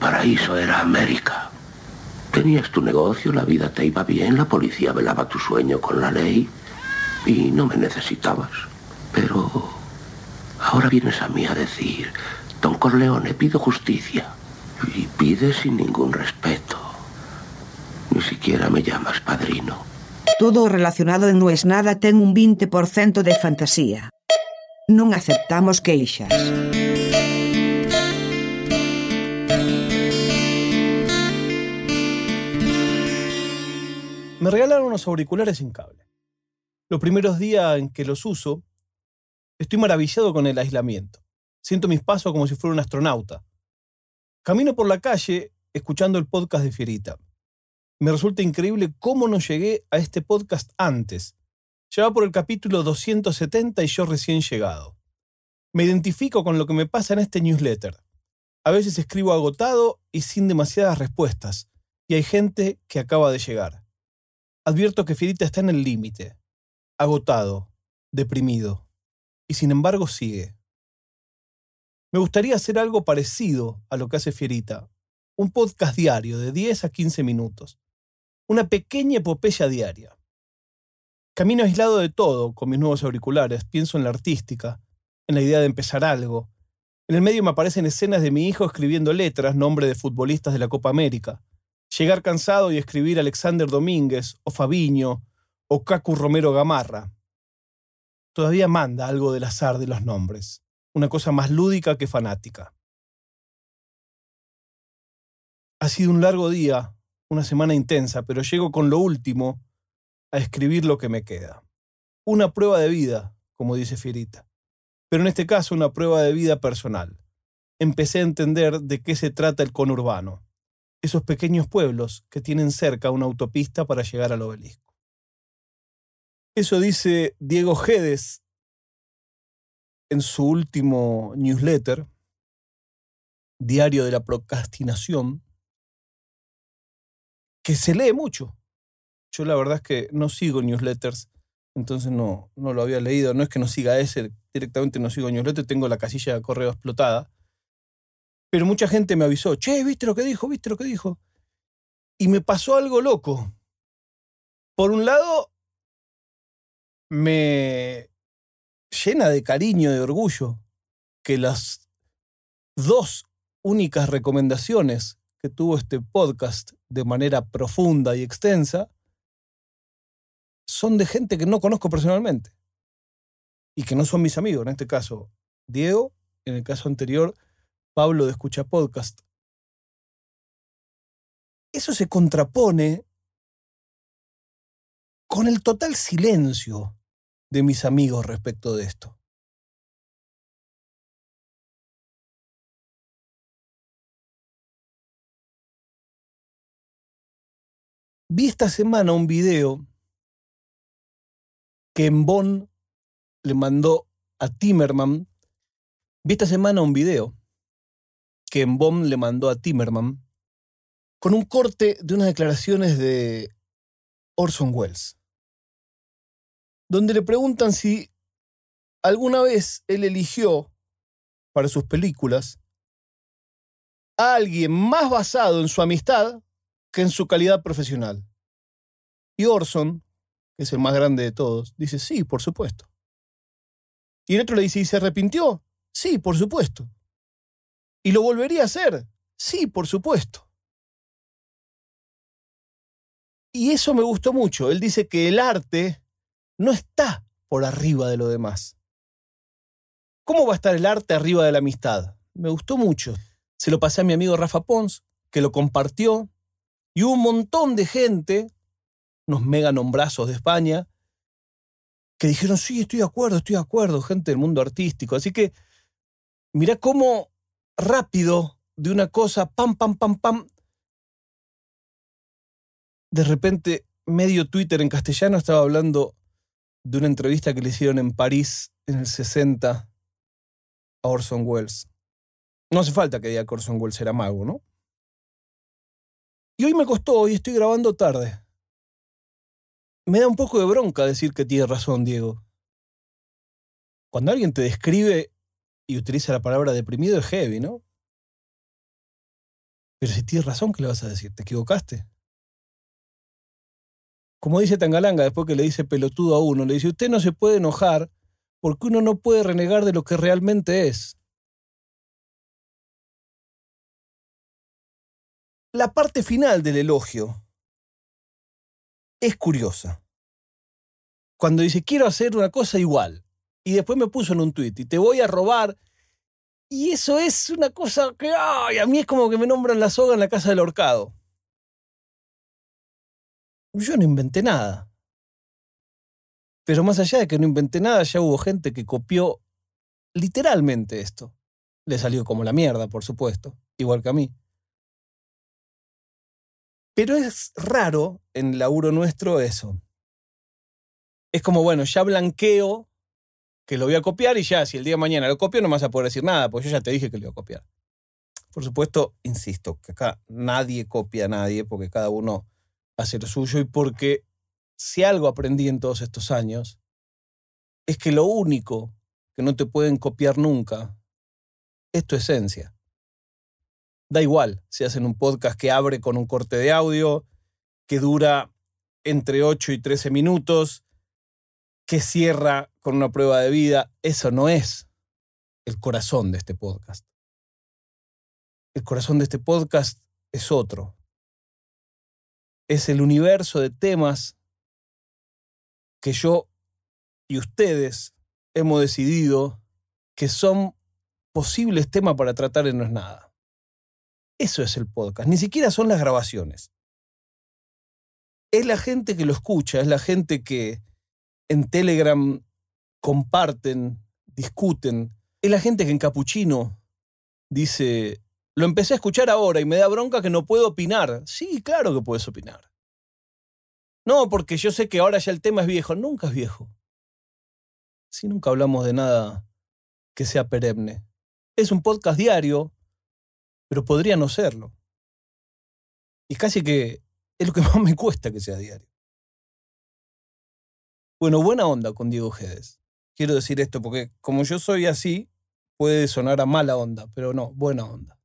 paraíso era América. Tenías tu negocio, la vida te iba bien, la policía velaba tu sueño con la ley y no me necesitabas. Pero ahora vienes a mí a decir, Don Corleone, pido justicia. Y pides sin ningún respeto. Ni siquiera me llamas padrino. Todo o relacionado en Non es nada ten un 20% de fantasía. Non aceptamos queixas. Me regalaron unos auriculares sin cable. Los primeros días en que los uso, estoy maravillado con el aislamiento. Siento mis pasos como si fuera un astronauta. Camino por la calle escuchando el podcast de Fierita. Me resulta increíble cómo no llegué a este podcast antes. Ya va por el capítulo 270 y yo recién llegado. Me identifico con lo que me pasa en este newsletter. A veces escribo agotado y sin demasiadas respuestas. Y hay gente que acaba de llegar. Advierto que Fierita está en el límite. Agotado, deprimido. Y sin embargo sigue. Me gustaría hacer algo parecido a lo que hace Fierita. Un podcast diario de 10 a 15 minutos. Una pequeña epopeya diaria. Camino aislado de todo con mis nuevos auriculares. Pienso en la artística, en la idea de empezar algo. En el medio me aparecen escenas de mi hijo escribiendo letras, nombre de futbolistas de la Copa América. Llegar cansado y escribir Alexander Domínguez, o Fabiño, o Cacu Romero Gamarra. Todavía manda algo del azar de los nombres. Una cosa más lúdica que fanática. Ha sido un largo día, una semana intensa, pero llego con lo último a escribir lo que me queda. Una prueba de vida, como dice Fierita. Pero en este caso una prueba de vida personal. Empecé a entender de qué se trata el conurbano. Esos pequeños pueblos que tienen cerca una autopista para llegar al obelisco. Eso dice Diego Guedes en su último newsletter, Diario de la Procrastinación, que se lee mucho. Yo la verdad es que no sigo newsletters, entonces no lo había leído. No es que no siga ese, directamente no sigo newsletter, tengo la casilla de correo explotada. Pero mucha gente me avisó, che, ¿viste lo que dijo? ¿Viste lo que dijo? Y me pasó algo loco. Por un lado, me llena de cariño, de orgullo, que las dos únicas recomendaciones que tuvo este podcast de manera profunda y extensa son de gente que no conozco personalmente y que no son mis amigos. En este caso, Diego, en el caso anterior, Pablo de Escucha Podcast. Eso se contrapone con el total silencio de mis amigos respecto de esto. Vi esta semana un video que Embón le mandó a Timmerman. Con un corte de unas declaraciones de Orson Welles, donde le preguntan si alguna vez él eligió para sus películas a alguien más basado en su amistad que en su calidad profesional. Y Orson, que es el más grande de todos, dice, sí, por supuesto. Y el otro le dice, ¿y se arrepintió? Sí, por supuesto. ¿Y lo volvería a hacer? Sí, por supuesto. Y eso me gustó mucho. Él dice que el arte no está por arriba de lo demás. ¿Cómo va a estar el arte arriba de la amistad? Me gustó mucho. Se lo pasé a mi amigo Rafa Pons, que lo compartió, y hubo un montón de gente, unos mega nombrazos de España, que dijeron, sí, estoy de acuerdo, gente del mundo artístico. Así que, mirá cómo rápido de una cosa, pam, de repente medio Twitter en castellano estaba hablando de una entrevista que le hicieron en París en el 60 a Orson Welles. No hace falta que diga que Orson Welles era mago, ¿no? Y hoy me costó, hoy estoy grabando tarde. Me da un poco de bronca decir que tiene razón, Diego. Cuando alguien te describe y utiliza la palabra deprimido es heavy, ¿no? Pero si tienes razón, ¿qué le vas a decir? ¿Te equivocaste? Como dice Tangalanga, después que le dice pelotudo a uno, le dice, usted no se puede enojar porque uno no puede renegar de lo que realmente es. La parte final del elogio es curiosa. Cuando dice, quiero hacer una cosa igual, y después me puso en un tuit, y te voy a robar, y eso es una cosa que, ay, a mí es como que me nombran la soga en la casa del ahorcado. Yo no inventé nada. Pero más allá de que no inventé nada, ya hubo gente que copió literalmente esto. Le salió como la mierda, por supuesto, igual que a mí. Pero es raro en el laburo nuestro eso. Es como, bueno, ya blanqueo que lo voy a copiar y ya, si el día de mañana lo copio no me vas a poder decir nada, porque yo ya te dije que lo iba a copiar. Por supuesto, insisto, que acá nadie copia a nadie, porque cada uno hace lo suyo y porque si algo aprendí en todos estos años es que lo único que no te pueden copiar nunca es tu esencia. Da igual si hacen un podcast que abre con un corte de audio, que dura entre 8 y 13 minutos, que cierra con una prueba de vida. Eso no es el corazón de este podcast. El corazón de este podcast es otro. Es el universo de temas que yo y ustedes hemos decidido que son posibles temas para tratar en No es Nada. Eso es el podcast. Ni siquiera son las grabaciones. Es la gente que lo escucha, es la gente que en Telegram comparten, discuten. Es la gente que en Capuchino dice, lo empecé a escuchar ahora y me da bronca que no puedo opinar. Sí, claro que puedes opinar. No, porque yo sé que ahora ya el tema es viejo. Nunca es viejo. Si nunca hablamos de nada que sea perenne. Es un podcast diario, pero podría no serlo. Y casi que es lo que más me cuesta que sea diario. Bueno, buena onda con Diego Guedes. Quiero decir esto porque como yo soy así, puede sonar a mala onda, pero no, buena onda.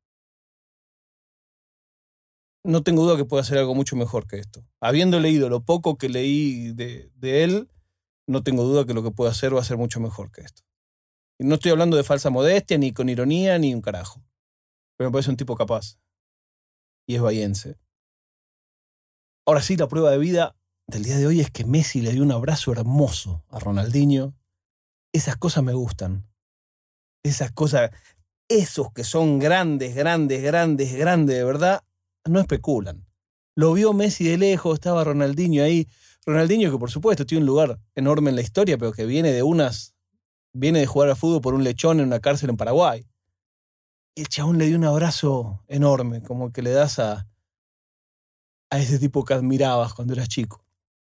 No tengo duda que puede hacer algo mucho mejor que esto. Habiendo leído lo poco que leí de él, no tengo duda que lo que puede hacer va a ser mucho mejor que esto. Y no estoy hablando de falsa modestia, ni con ironía, ni un carajo. Pero me parece un tipo capaz. Y es bahiense. Ahora sí, la prueba de vida del día de hoy es que Messi le dio un abrazo hermoso a Ronaldinho. Esas cosas me gustan. Esas cosas, esos que son grandes, grandes, grandes, grandes de verdad, no especulan. Lo vio Messi de lejos, estaba Ronaldinho ahí. Ronaldinho que por supuesto tiene un lugar enorme en la historia, pero que viene de jugar al fútbol por un lechón en una cárcel en Paraguay. Y el chabón le dio un abrazo enorme, como que le das a ese tipo que admirabas cuando eras chico.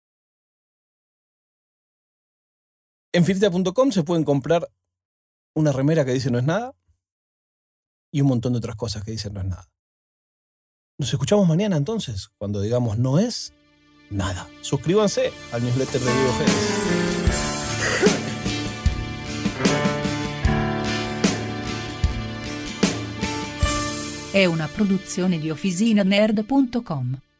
En Filita.com se pueden comprar una remera que dice No es nada y un montón de otras cosas que dicen No es nada. Nos escuchamos mañana entonces, cuando digamos no es nada. Suscríbanse al newsletter de Diego Guedes. È una produzione di OfficinaNerd.com.